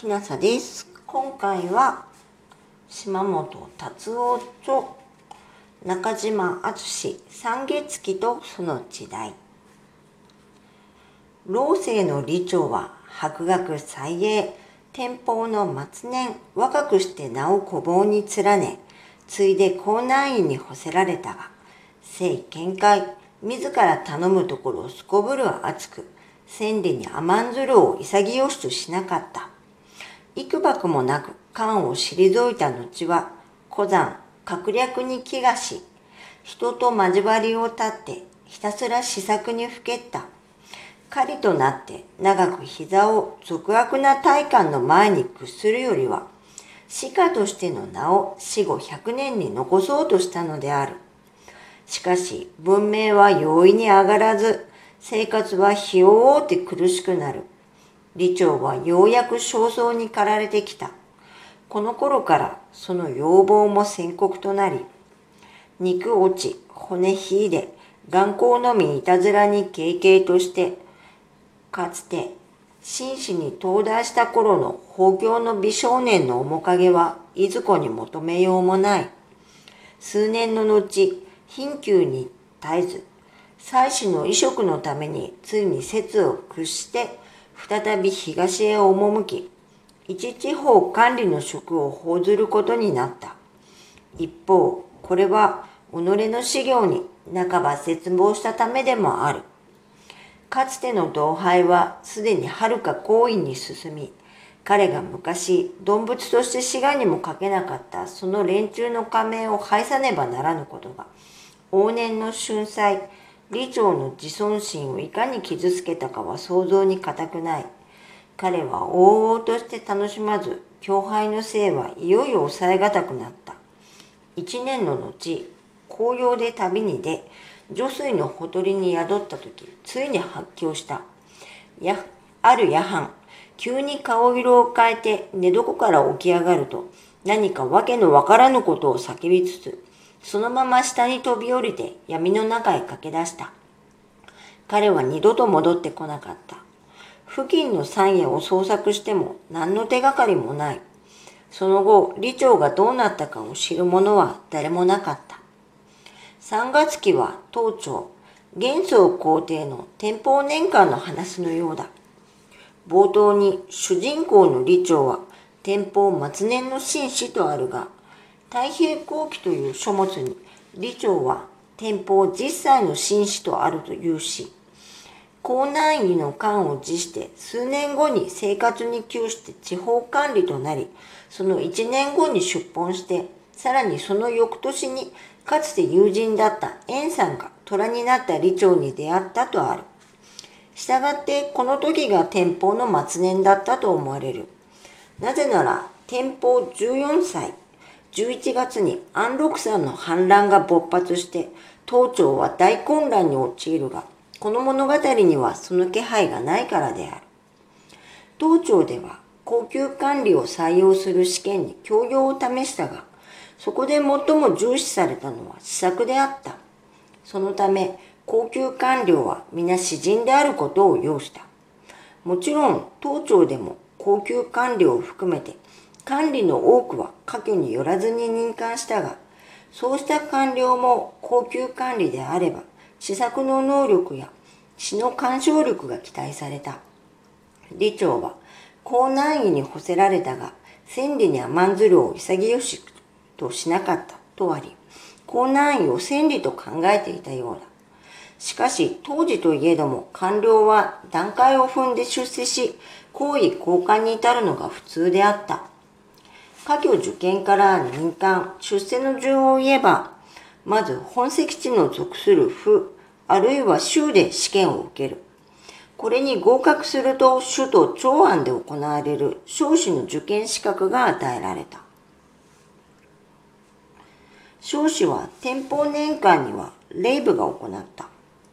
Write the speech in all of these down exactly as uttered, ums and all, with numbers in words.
きなさです。今回は島本達夫著中島敦三月期とその時代。老政の李朝は博学才英、天保の末年、若くして名を古豪に連ね、ついで江南院に干せられたが、政見解、自ら頼むところをすこぶる熱く、千里に甘んずるを潔しとしなかった。幾幕もなく官を退いた後は、古山、閣略に気がし、人と交わりを絶ってひたすら思索にふけった。狩りとなって長く膝を俗悪な大官の前に屈するよりは、士家としての名を死後百年に残そうとしたのである。しかし文明は容易に上がらず、生活は日を追うて苦しくなる。李朝はようやく焦燥に駆られてきた。この頃からその要望も宣告となり、肉落ち、骨ひいで、眼光のみいたずらに軽々として、かつて紳士に東大した頃の豊教の美少年の面影はいずこに求めようもない。数年の後、貧窮に絶えず、妻子の移植のためについに節を屈して再び東へ赴き、一地方管理の職を報ずることになった。一方、これは己の事業に半ば絶望したためでもある。かつての同輩はすでにはるか高位に進み、彼が昔動物として志願にもかけなかったその連中の仮名を拝さねばならぬことが、往年の俊才、李朝の自尊心をいかに傷つけたかは想像に難くない。彼は往々として楽しまず、教輩のせいはいよいよ抑えがたくなった。一年の後、紅葉で旅に出、女水のほとりに宿ったとき、ついに発狂した。や、ある夜半、急に顔色を変えて寝床から起き上がると、何かわけのわからぬことを叫びつつ、そのまま下に飛び降りて闇の中へ駆け出した。彼は二度と戻ってこなかった。付近の山野を捜索しても何の手がかりもない。その後、李朝がどうなったかを知る者は誰もなかった。三月期は当朝、元宗皇帝の天保年間の話のようだ。冒頭に主人公の李朝は天保末年の紳士とあるが、太平後期という書物に李朝は天保じゅっさいの紳士とあるというし、江南院の官を辞して数年後に生活に窮して地方管理となり、その一年後に出奔して、さらにその翌年にかつて友人だった円さんが虎になった李朝に出会ったとある。したがってこの時が天保の末年だったと思われる。なぜなら天保じゅうよんさい、じゅういちがつに安禄山の反乱が勃発して、当朝は大混乱に陥るが、この物語にはその気配がないからである。当朝では高級管理を採用する試験に教養を試したが、そこで最も重視されたのは施策であった。そのため高級官僚は皆詩人であることを要した。もちろん当朝でも高級官僚を含めて管理の多くは科挙によらずに任官したが、そうした官僚も高級管理であれば、施策の能力や詩の鑑賞力が期待された。李朝は江南院に干せられたが、千里に甘んずるを潔しとしなかったとあり、江南院を千里と考えていたようだ。しかし当時といえども官僚は段階を踏んで出世し、皇位交換に至るのが普通であった。科挙受験から任官、出世の順を言えば、まず本籍地の属する府、あるいは州で試験を受ける。これに合格すると首都長安で行われる彰子の受験資格が与えられた。彰子は天保年間には礼部が行った。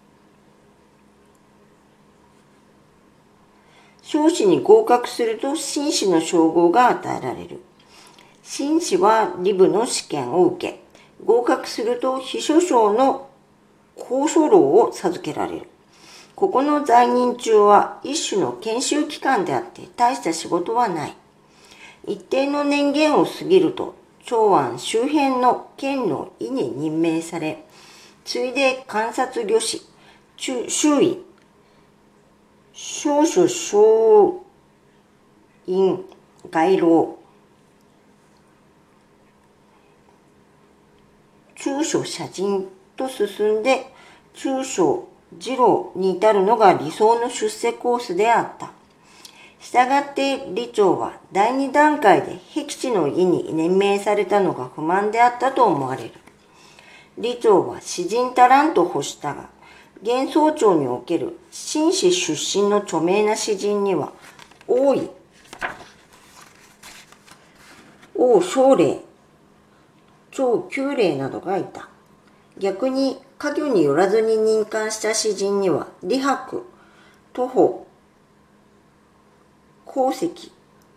彰子に合格すると進士の称号が与えられる。進士は吏部の試験を受け、合格すると秘書省の公書楼を授けられる。ここの在任中は一種の研修期間であって大した仕事はない。 一定の年限を過ぎると長安周辺の県の尉に任命され、ついで観察御史、周囲、少書小院外郎、中書社人と進んで中書次郎に至るのが理想の出世コースであった。したがって李朝は第二段階で僻地の尉に任命されたのが不満であったと思われる。李朝は詩人足らんと欲したが、現宋朝における紳士出身の著名な詩人には王位、王奨励、張九齢などがいた。逆に家業によらずに任官した詩人には李白、徒歩、孔石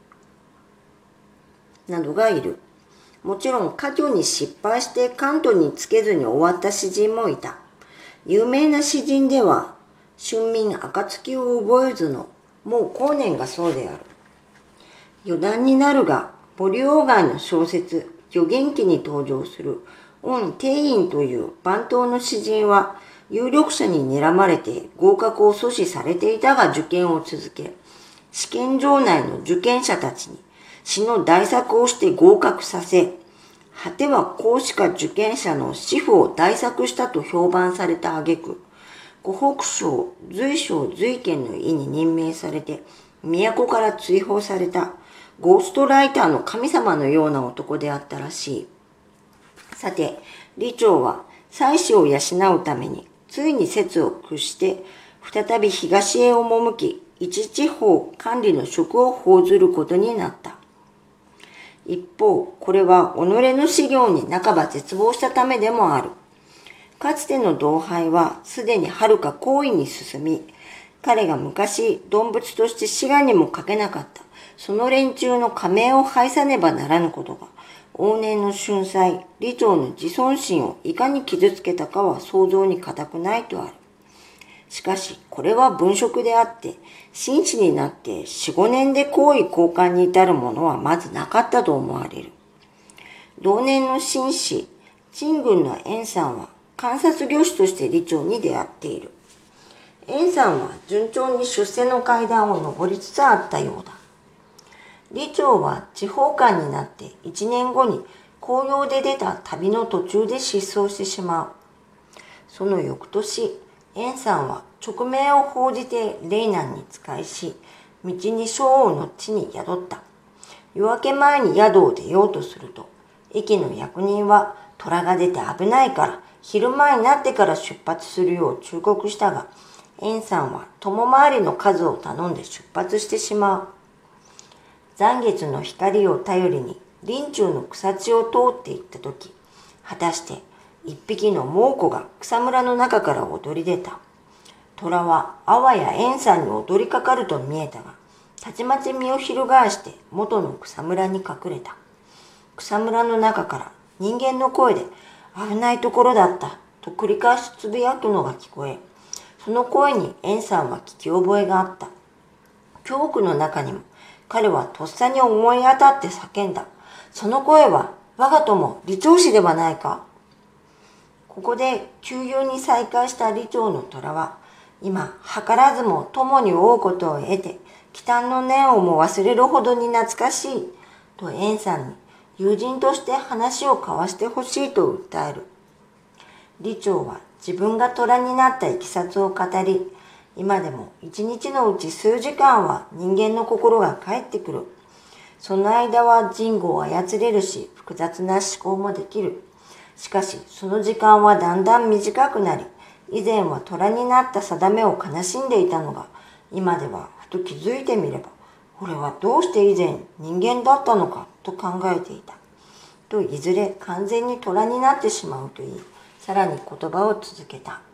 などがいる。もちろん家業に失敗して関東につけずに終わった詩人もいた。有名な詩人では春眠暁を覚えずのもう後年がそうである。余談になるが、母流外の小説預言記に登場する恩定院という番頭の詩人は有力者に睨まれて合格を阻止されていたが受験を続け、試験場内の受験者たちに詩の代作をして合格させ、果ては孔子が受験者の詩譜を代作したと評判された挙句、湖北省随省随県の尉に任命されて都から追放されたゴーストライターの神様のような男であったらしい。さて、李朝は妻子を養うためについに節を屈して再び東へ赴き、一地方管理の職を報ずることになった。一方、これは己の事業に半ば絶望したためでもある。かつての同輩はすでに遥か高位に進み、彼が昔動物として志願にもかけなかったその連中の加盟を排さねばならぬことが、往年の春才李朝の自尊心をいかに傷つけたかは想像に難くないとある。しかしこれは文職であって、紳士になってよん、ごねんで高位高官に至るものはまずなかったと思われる。同年の紳士陳軍の袁さんは観察御史として李朝に出会っている。袁さんは順調に出世の階段を上りつつあったようだ。李朝は地方官になっていちねんごに公用で出た旅の途中で失踪してしまう。その翌年、袁さんは勅命を報じて嶺南に仕えし、道に将王の地に宿った。夜明け前に宿を出ようとすると、駅の役人は虎が出て危ないから昼前になってから出発するよう忠告したが、袁さんは友回りの数を頼んで出発してしまう。残月の光を頼りに林中の草地を通っていったとき、果たして一匹の猛虎が草むらの中から躍り出た。虎はあわや袁さんに踊りかかると見えたが、たちまち身を翻して元の草むらに隠れた。草むらの中から人間の声で危ないところだったと繰り返しつぶやくのが聞こえ、その声に袁さんは聞き覚えがあった。恐怖の中にも彼はとっさに思い当たって叫んだ。その声は我が友李朝氏ではないか。ここで旧友に再会した李朝の虎は、今図らずも友に会うことを得て、忌憚の念をも忘れるほどに懐かしいと袁さんに友人として話を交わしてほしいと訴える。李朝は自分が虎になったいきさつを語り、今でも一日のうち数時間は人間の心が帰ってくる。その間は人語を操れるし、複雑な思考もできる。しかしその時間はだんだん短くなり、以前は虎になった定めを悲しんでいたのが、今ではふと気づいてみれば、俺はどうして以前人間だったのかと考えていた。といずれ完全に虎になってしまうといい、さらに言葉を続けた。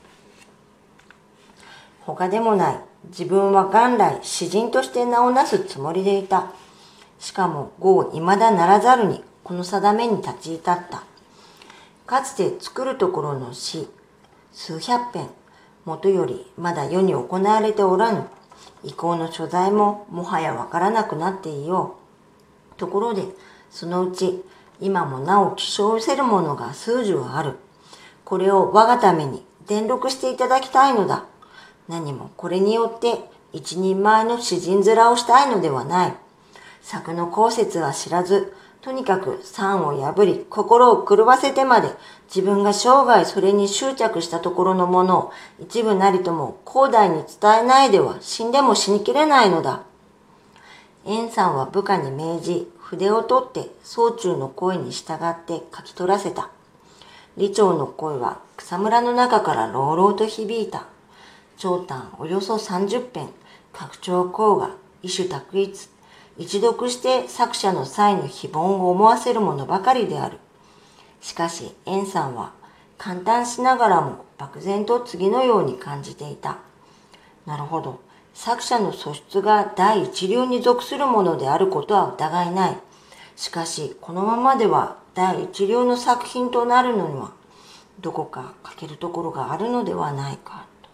他でもない。自分は元来詩人として名をなすつもりでいた。しかも業未だならざるにこの定めに立ち至った。かつて作るところの詩、数百編、もとよりまだ世に行われておらぬ。遺構の所在ももはやわからなくなっていよう。 ところで、そのうち今もなお希少せるものが数十ある。これを我がために伝録していただきたいのだ。何もこれによって一人前の詩人面をしたいのではない。作の後節は知らず、とにかく賛を破り、心を狂わせてまで、自分が生涯それに執着したところのものを一部なりとも広大に伝えないでは死んでも死にきれないのだ。円さんは部下に命じ、筆を取って宗中の声に従って書き取らせた。李長の声は草むらの中から朗々と響いた。長短およそさんじゅっぺん、拡張項が異種択一、一読して作者の際の非凡を思わせるものばかりである。しかし円さんは感嘆しながらも漠然と次のように感じていた。なるほど。作者の素質が第一流に属するものであることは疑いない。しかしこのままでは第一流の作品となるのにはどこか欠けるところがあるのではないかと。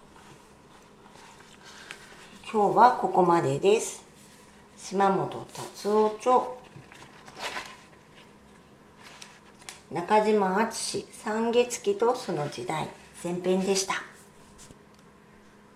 今日はここまでです。島本達夫著、中島敦三月期とその時代前編でした。